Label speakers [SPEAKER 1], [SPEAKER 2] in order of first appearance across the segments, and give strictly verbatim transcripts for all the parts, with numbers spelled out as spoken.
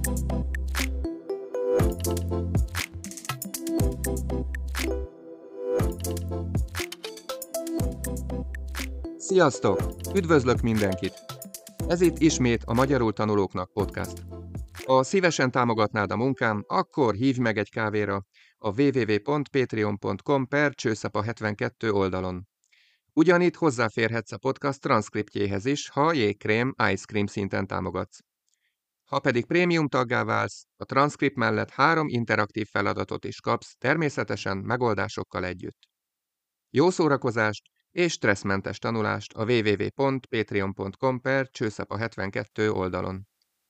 [SPEAKER 1] Sziasztok! Üdvözlök mindenkit! Ez itt ismét a Magyarul Tanulóknak podcast. Ha szívesen támogatnád a munkám, akkor hívj meg egy kávéra a www pont patreon pont com per csőszapa hetvenkettő oldalon. Ugyanitt hozzáférhetsz a podcast transzkriptjéhez is, ha jégkrém ice cream szinten támogatsz. Ha pedig prémium taggá válsz, a transzkript mellett három interaktív feladatot is kapsz, természetesen megoldásokkal együtt. Jó szórakozást és stresszmentes tanulást a www pont patreon pont com per csőszapa hetvenkettő oldalon.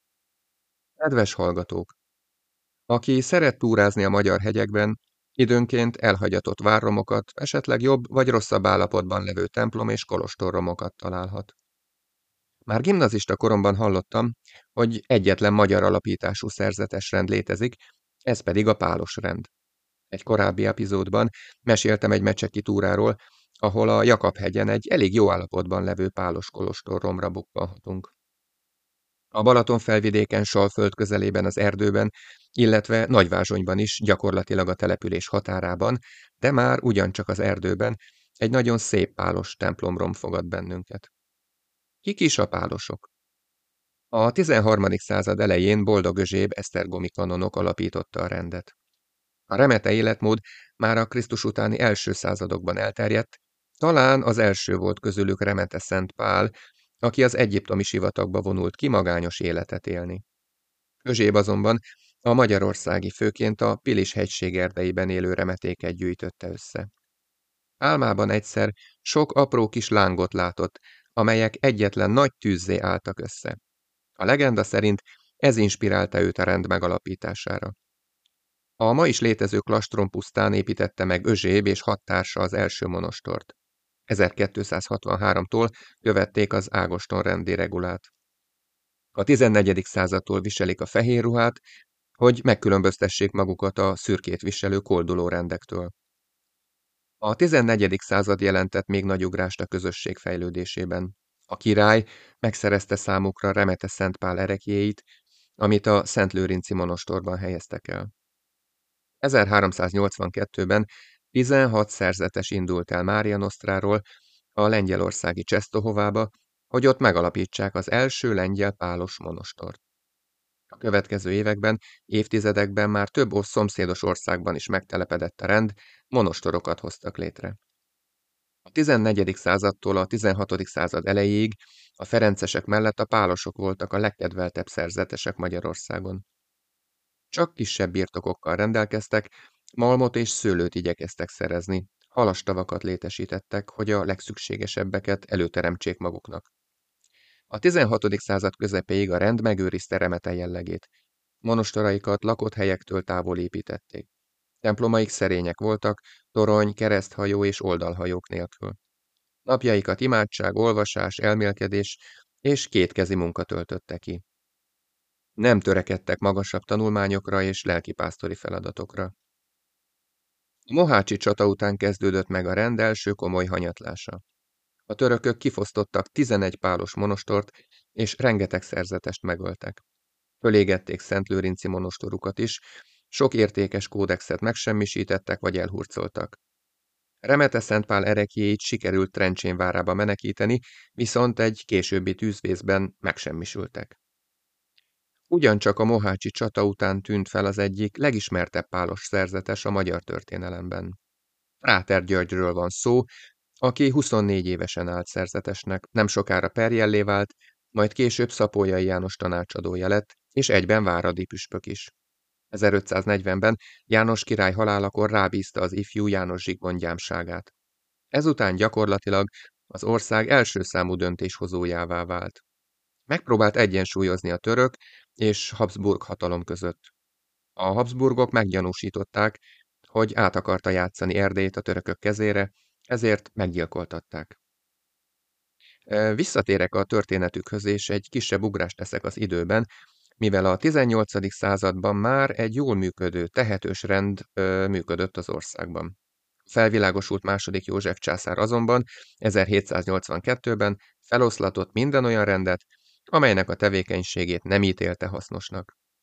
[SPEAKER 1] Kedves hallgatók! Aki szeret túrázni a magyar hegyekben, időnként elhagyatott várromokat, esetleg jobb vagy rosszabb állapotban levő templom- és kolostorromokat találhat. Már gimnazista koromban hallottam, hogy egyetlen magyar alapítású szerzetes rend létezik, ez pedig a pálos rend. Egy korábbi epizódban meséltem egy mecseki túráról, ahol a Jakab-hegyen egy elég jó állapotban levő pálos kolostor romra bukkanhatunk. A Balaton felvidéken, Salföld közelében az erdőben, illetve Nagyvázsonyban is gyakorlatilag a település határában, de már ugyancsak az erdőben egy nagyon szép pálos templomrom fogad bennünket. Kik is a pálosok? A tizenharmadik század elején Boldog Euzsébie esztergomi kanonok alapította a rendet. A remete életmód már a Krisztus utáni első századokban elterjedt, talán az első volt közülük Remete Szent Pál, aki az egyiptomi sivatagba vonult ki magányos életet élni. Euzsébie azonban a magyarországi, főként a Pilis hegység erdeiben élő remetéket gyűjtötte össze. Álmában egyszer sok apró kis lángot látott, amelyek egyetlen nagy tűzzé álltak össze. A legenda szerint ez inspirálta őt a rend megalapítására. A ma is létező klastron pusztán építette meg Euzsébie és hat társa az első monostort. ezerkétszázhatvanháromtól követték az Ágoston rendi regulát. A tizennegyedik századtól viselik a fehér ruhát, hogy megkülönböztessék magukat a szürkét viselő kolduló rendektől. A tizennegyedik század jelentett még nagy ugrást a közösség fejlődésében. A király megszerezte számukra Remete Szent Pál ereklyéit, amit a Szentlőrinci monostorban helyeztek el. ezerháromszáznyolcvankettőben tizenhat szerzetes indult el Mária Nostráról a lengyelországi Czestochovába, hogy ott megalapítsák az első lengyel pálos monostort. A következő években, évtizedekben már több szomszédos országban is megtelepedett a rend, monostorokat hoztak létre. A tizennegyedik századtól a tizenhatodik század elejéig a ferencesek mellett a pálosok voltak a legkedveltebb szerzetesek Magyarországon. Csak kisebb birtokokkal rendelkeztek, malmot és szőlőt igyekeztek szerezni, halastavakat létesítettek, hogy a legszükségesebbeket előteremtsék maguknak. A tizenhatodik század közepéig a rend megőrizte remete jellegét. Monostoraikat lakott helyektől távol építették. Templomaik szerények voltak, torony, kereszthajó és oldalhajók nélkül. Napjaikat imádság, olvasás, elmélkedés és kétkezi munka töltötte ki. Nem törekedtek magasabb tanulmányokra és lelkipásztori feladatokra. A mohácsi csata után kezdődött meg a rend első komoly hanyatlása. A törökök kifosztottak tizenegy pálos monostort, és rengeteg szerzetest megöltek. Fölégették Szentlőrinci monostorukat is, sok értékes kódexet megsemmisítettek vagy elhurcoltak. Remete Szent Pál ereklyéit sikerült Trencsén várába menekíteni, viszont egy későbbi tűzvészben megsemmisültek. Ugyancsak a mohácsi csata után tűnt fel az egyik legismertebb pálos szerzetes a magyar történelemben. Ráter Györgyről van szó, aki huszonnégy évesen állt szerzetesnek, nem sokára perjellé vált, majd később Szapolyai János tanácsadója lett, és egyben váradi püspök is. ezerötszáznegyvenben János király halálakor rábízta az ifjú János Zsigmond gyámságát. Ezután gyakorlatilag az ország első számú döntéshozójává vált. Megpróbált egyensúlyozni a török és Habsburg hatalom között. A Habsburgok meggyanúsították, hogy át akarta játszani Erdélyt a törökök kezére, ezért meggyilkoltatták. Visszatérek a történetükhöz, és egy kisebb ugrást teszek az időben, mivel a tizennyolcadik században már egy jól működő, tehetős rend ö, működött az országban. Felvilágosult második József császár azonban ezerhétszáznyolcvankettőben feloszlatott minden olyan rendet, amelynek a tevékenységét nem ítélte hasznosnak.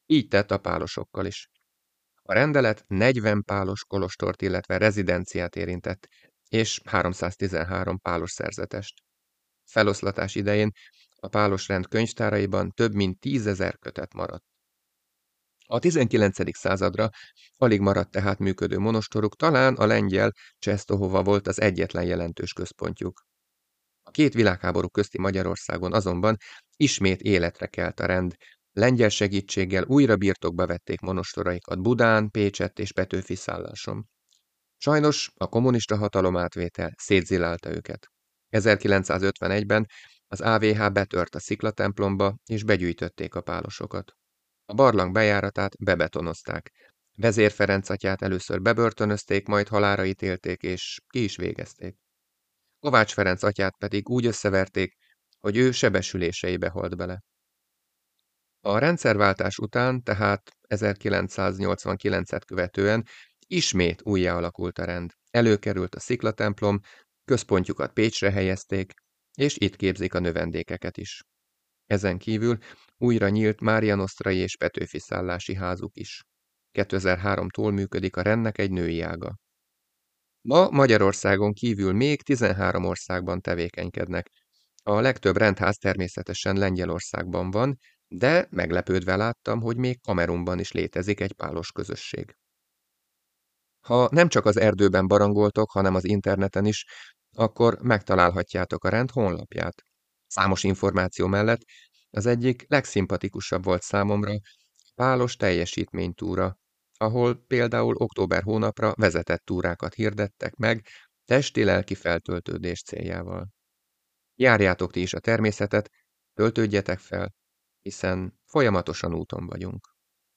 [SPEAKER 1] Így tett a pálosokkal is. A rendelet negyven pálos kolostort, illetve rezidenciát érintett, és háromszáztizenhárom pálos szerzetest. Feloszlatás idején a pálos rend könyvtáraiban több mint tízezer kötet maradt. A tizenkilencedik századra alig maradt tehát működő monostoruk, talán a lengyel Czestohova volt az egyetlen jelentős központjuk. A két világháború közti Magyarországon azonban ismét életre kelt a rend. Lengyel segítséggel újra birtokba vették monostoraikat Budán, Pécsett és Petőfi szálláson. Sajnos a kommunista hatalomátvétel szétzilálta őket. ezerkilencszázötvenegyben az á vé há betört a sziklatemplomba, és begyűjtötték a pálosokat. A barlang bejáratát bebetonozták. Vezér Ferenc atyát először bebörtönözték, majd halálra ítélték, és ki is végezték. Kovács Ferenc atyát pedig úgy összeverték, hogy ő sebesüléseibe halt bele. A rendszerváltás után, tehát ezerkilencszáznyolcvankilencet követően ismét újjáalakult a rend. Előkerült a sziklatemplom, központjukat Pécsre helyezték, és itt képzik a növendékeket is. Ezen kívül újra nyílt Mária Nosztrai és Petőfi szállási házuk is. kétezer-háromtól működik a rendnek egy női ága. Ma Magyarországon kívül még tizenhárom országban tevékenykednek. A legtöbb rendház természetesen Lengyelországban van, de meglepődve láttam, hogy még Kamerunban is létezik egy pálos közösség. Ha nem csak az erdőben barangoltok, hanem az interneten is, akkor megtalálhatjátok a rend honlapját. Számos információ mellett az egyik legszimpatikusabb volt számomra a pálos teljesítménytúra, ahol például október hónapra vezetett túrákat hirdettek meg testi-lelki feltöltődés céljával. Járjátok ti is a természetet, töltődjetek fel, hiszen folyamatosan úton vagyunk.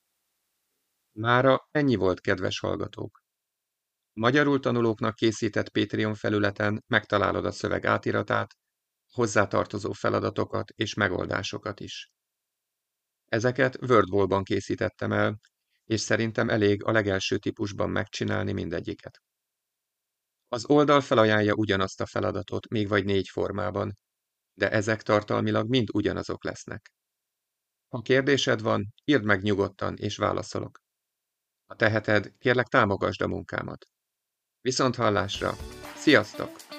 [SPEAKER 1] Mára ennyi volt, kedves hallgatók! Magyarul tanulóknak készített Patreon felületen megtalálod a szöveg átiratát, hozzátartozó feladatokat és megoldásokat is. Ezeket Wordwall-ban készítettem el, és szerintem elég a legelső típusban megcsinálni mindegyiket. Az oldal felajánlja ugyanazt a feladatot, még vagy négy formában, de ezek tartalmilag mind ugyanazok lesznek. Ha kérdésed van, írd meg nyugodtan, és válaszolok. Ha teheted, kérlek támogasd a munkámat. Viszonthallásra! Sziasztok!